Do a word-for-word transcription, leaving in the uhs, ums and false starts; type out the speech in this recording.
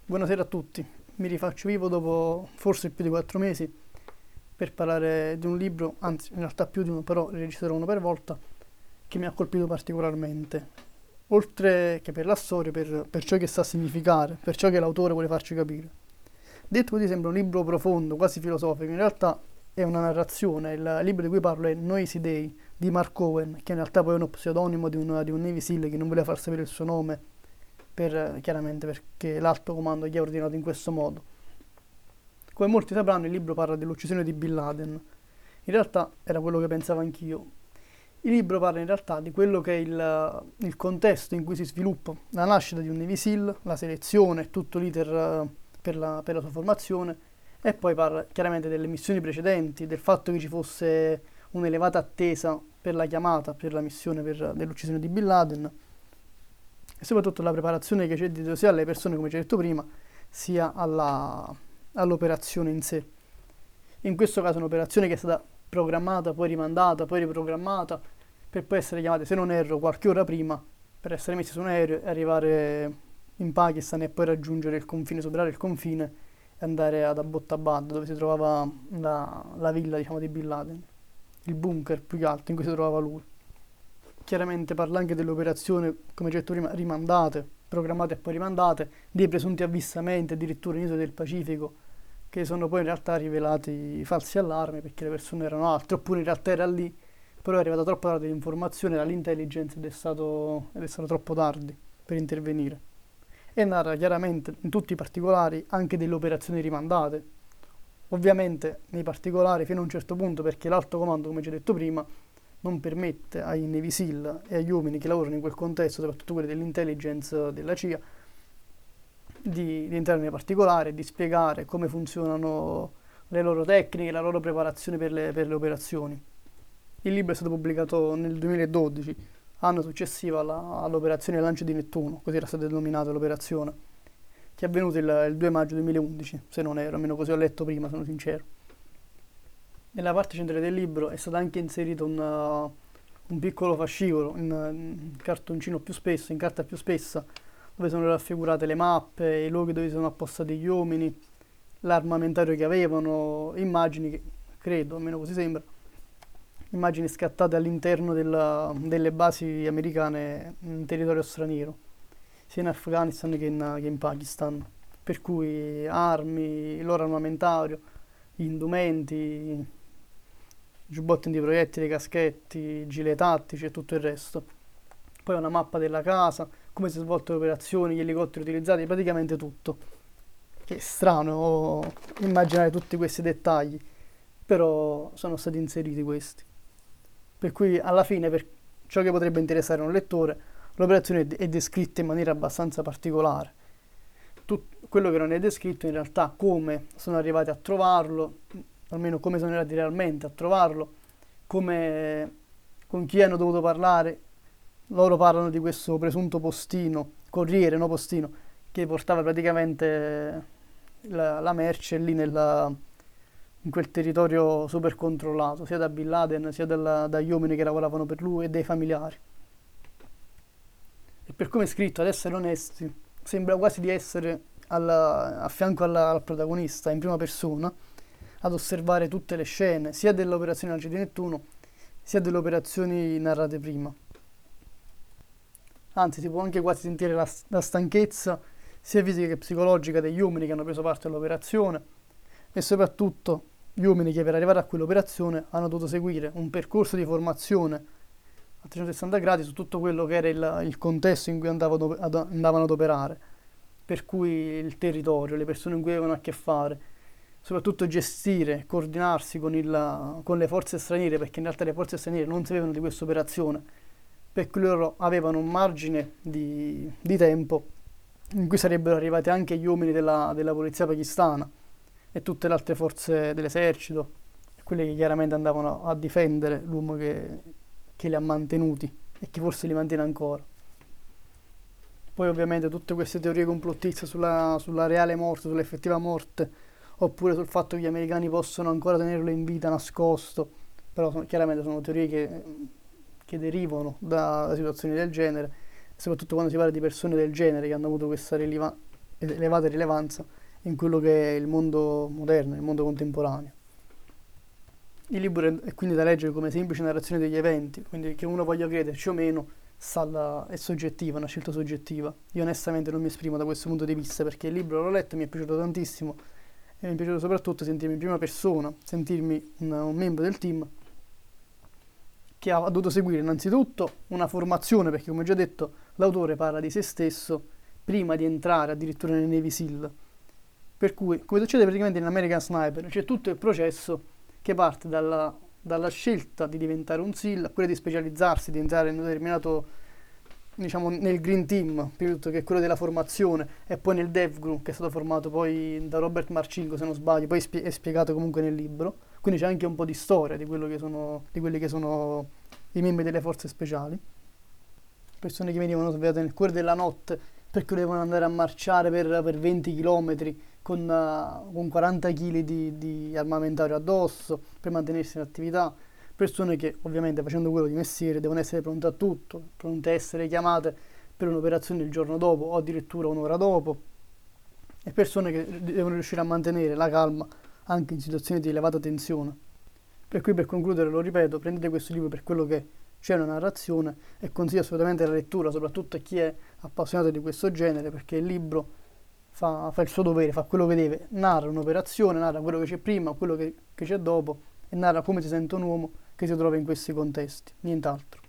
Buonasera a tutti, mi rifaccio vivo dopo forse più di quattro mesi per parlare di un libro, anzi in realtà più di uno, però ne registrerò uno per volta, che mi ha colpito particolarmente, oltre che per la storia, per, per ciò che sta a significare, per ciò che l'autore vuole farci capire. Detto così sembra un libro profondo, quasi filosofico, in realtà è una narrazione, il libro di cui parlo è Noisy Day di Mark Owen, che in realtà poi è uno pseudonimo di un, di un Navy SEAL che non voleva far sapere il suo nome per, chiaramente perché l'alto comando gli ha ordinato in questo modo. Come molti sapranno, il libro parla dell'uccisione di Bin Laden. In realtà era quello che pensavo anch'io. Il libro parla in realtà di quello che è il, il contesto in cui si sviluppa la nascita di un Navy SEAL, la selezione, tutto l'iter eh, per la, per la sua formazione, e poi parla chiaramente delle missioni precedenti, del fatto che ci fosse un'elevata attesa per la chiamata, per la missione per, dell'uccisione di Bin Laden, e soprattutto la preparazione che c'è dietro sia alle persone, come ci ho detto prima, sia alla, all'operazione in sé. In questo caso è un'operazione che è stata programmata, poi rimandata, poi riprogrammata, per poi essere chiamate, se non erro, qualche ora prima, per essere messi su un aereo e arrivare in Pakistan e poi raggiungere il confine, superare il confine e andare ad Abbottabad, dove si trovava la, la villa, diciamo, di Bin Laden, il bunker più che altro in cui si trovava lui. Chiaramente parla anche delle operazioni, come già detto prima, rimandate, programmate e poi rimandate, dei presunti avvistamenti addirittura in isole del Pacifico, che sono poi in realtà rivelati falsi allarmi perché le persone erano altre, oppure in realtà era lì, però è arrivata troppo tardi l'informazione dall'intelligence ed è stato, ed è stato troppo tardi per intervenire. E narra chiaramente in tutti i particolari anche delle operazioni rimandate, ovviamente nei particolari fino a un certo punto perché l'alto comando, come ci ho detto prima, non permette ai Navy SEAL e agli uomini che lavorano in quel contesto, soprattutto quelli dell'intelligence della C I A, di, di entrare nei particolari e di spiegare come funzionano le loro tecniche, la loro preparazione per le, per le operazioni. Il libro è stato pubblicato nel duemiladodici, anno successivo alla, all'operazione lancio di Nettuno, così era stata denominata l'operazione, che è avvenuta il, il due maggio duemilaundici, se non ero, almeno così ho letto prima, sono sincero. Nella parte centrale del libro è stato anche inserito un, uh, un piccolo fascicolo, in, in cartoncino più spesso, in carta più spessa, dove sono raffigurate le mappe, i luoghi dove sono appostati gli uomini, l'armamentario che avevano, immagini che, credo, almeno così sembra, immagini scattate all'interno della, delle basi americane in territorio straniero, sia in Afghanistan che in, che in Pakistan. Per cui armi, il loro armamentario, gli indumenti, giubbotti antiproiettili, caschetti, gilet tattici e tutto il resto. Poi una mappa della casa, come si svolgono le operazioni, gli elicotteri utilizzati, praticamente tutto. Che è strano immaginare tutti questi dettagli, però sono stati inseriti questi. Per cui alla fine, per ciò che potrebbe interessare un lettore, l'operazione è descritta in maniera abbastanza particolare. Tut- quello che non è descritto in realtà come sono arrivati a trovarlo, almeno come sono arrivati realmente a trovarlo, come, con chi hanno dovuto parlare. Loro parlano di questo presunto postino, corriere, no postino, che portava praticamente la, la merce lì nella, in quel territorio super controllato, sia da Bin Laden, sia dalla, dagli uomini che lavoravano per lui e dai familiari. E per come è scritto, ad essere onesti, sembra quasi di essere alla- a fianco alla- al protagonista, in prima persona, ad osservare tutte le scene, sia dell'operazione Lancio di Nettuno, sia delle operazioni narrate prima. Anzi, si può anche quasi sentire la, la stanchezza, sia fisica che psicologica, degli uomini che hanno preso parte all'operazione e soprattutto gli uomini che per arrivare a quell'operazione hanno dovuto seguire un percorso di formazione a trecentosessanta gradi su tutto quello che era il, il contesto in cui andavano ad, andavano ad operare, per cui il territorio, le persone in cui avevano a che fare, soprattutto gestire, coordinarsi con, il, con le forze straniere, perché in realtà le forze straniere non sapevano di questa operazione, per cui loro avevano un margine di, di tempo in cui sarebbero arrivati anche gli uomini della, della polizia pakistana e tutte le altre forze dell'esercito, quelle che chiaramente andavano a difendere l'uomo che, che li ha mantenuti e che forse li mantiene ancora. Poi ovviamente tutte queste teorie complottizie sulla, sulla reale morte, sull'effettiva morte, oppure sul fatto che gli americani possono ancora tenerlo in vita nascosto, però sono, chiaramente sono teorie che, che derivano da, da situazioni del genere, soprattutto quando si parla di persone del genere che hanno avuto questa, rileva- elevata rilevanza in quello che è il mondo moderno, il mondo contemporaneo. Il libro è quindi da leggere come semplice narrazione degli eventi, quindi che uno voglia crederci o meno, sta alla- è soggettiva, una scelta soggettiva. Io onestamente non mi esprimo da questo punto di vista perché il libro l'ho letto, mi è piaciuto tantissimo e mi è piaciuto soprattutto sentirmi in prima persona, sentirmi un, un membro del team che ha dovuto seguire innanzitutto una formazione, perché come ho già detto l'autore parla di se stesso prima di entrare addirittura nei Navy SEAL. Per cui, come succede praticamente in American Sniper, c'è tutto il processo che parte dalla, dalla scelta di diventare un SEAL a quello di specializzarsi, di entrare in un determinato, diciamo, nel Green Team, piuttosto che quello della formazione, e poi nel Dev Group, che è stato formato poi da Robert Marcinko, se non sbaglio, poi spie- è spiegato comunque nel libro. Quindi c'è anche un po' di storia di, quello che sono, di quelli che sono i membri delle forze speciali. Persone che venivano svegliate nel cuore della notte perché dovevano andare a marciare per, per venti chilometri con, uh, con quaranta chili di, di armamentario addosso per mantenersi in attività. Persone che ovviamente facendo quello di mestiere devono essere pronte a tutto, pronte a essere chiamate per un'operazione il giorno dopo o addirittura un'ora dopo. E persone che devono riuscire a mantenere la calma anche in situazioni di elevata tensione. Per cui, per concludere, lo ripeto, prendete questo libro per quello che è, c'è una narrazione, e consiglio assolutamente la lettura, soprattutto a chi è appassionato di questo genere, perché il libro fa, fa il suo dovere, fa quello che deve, narra un'operazione, narra quello che c'è prima, quello che, che c'è dopo, e narra come si sente un uomo che si trova in questi contesti, nient'altro.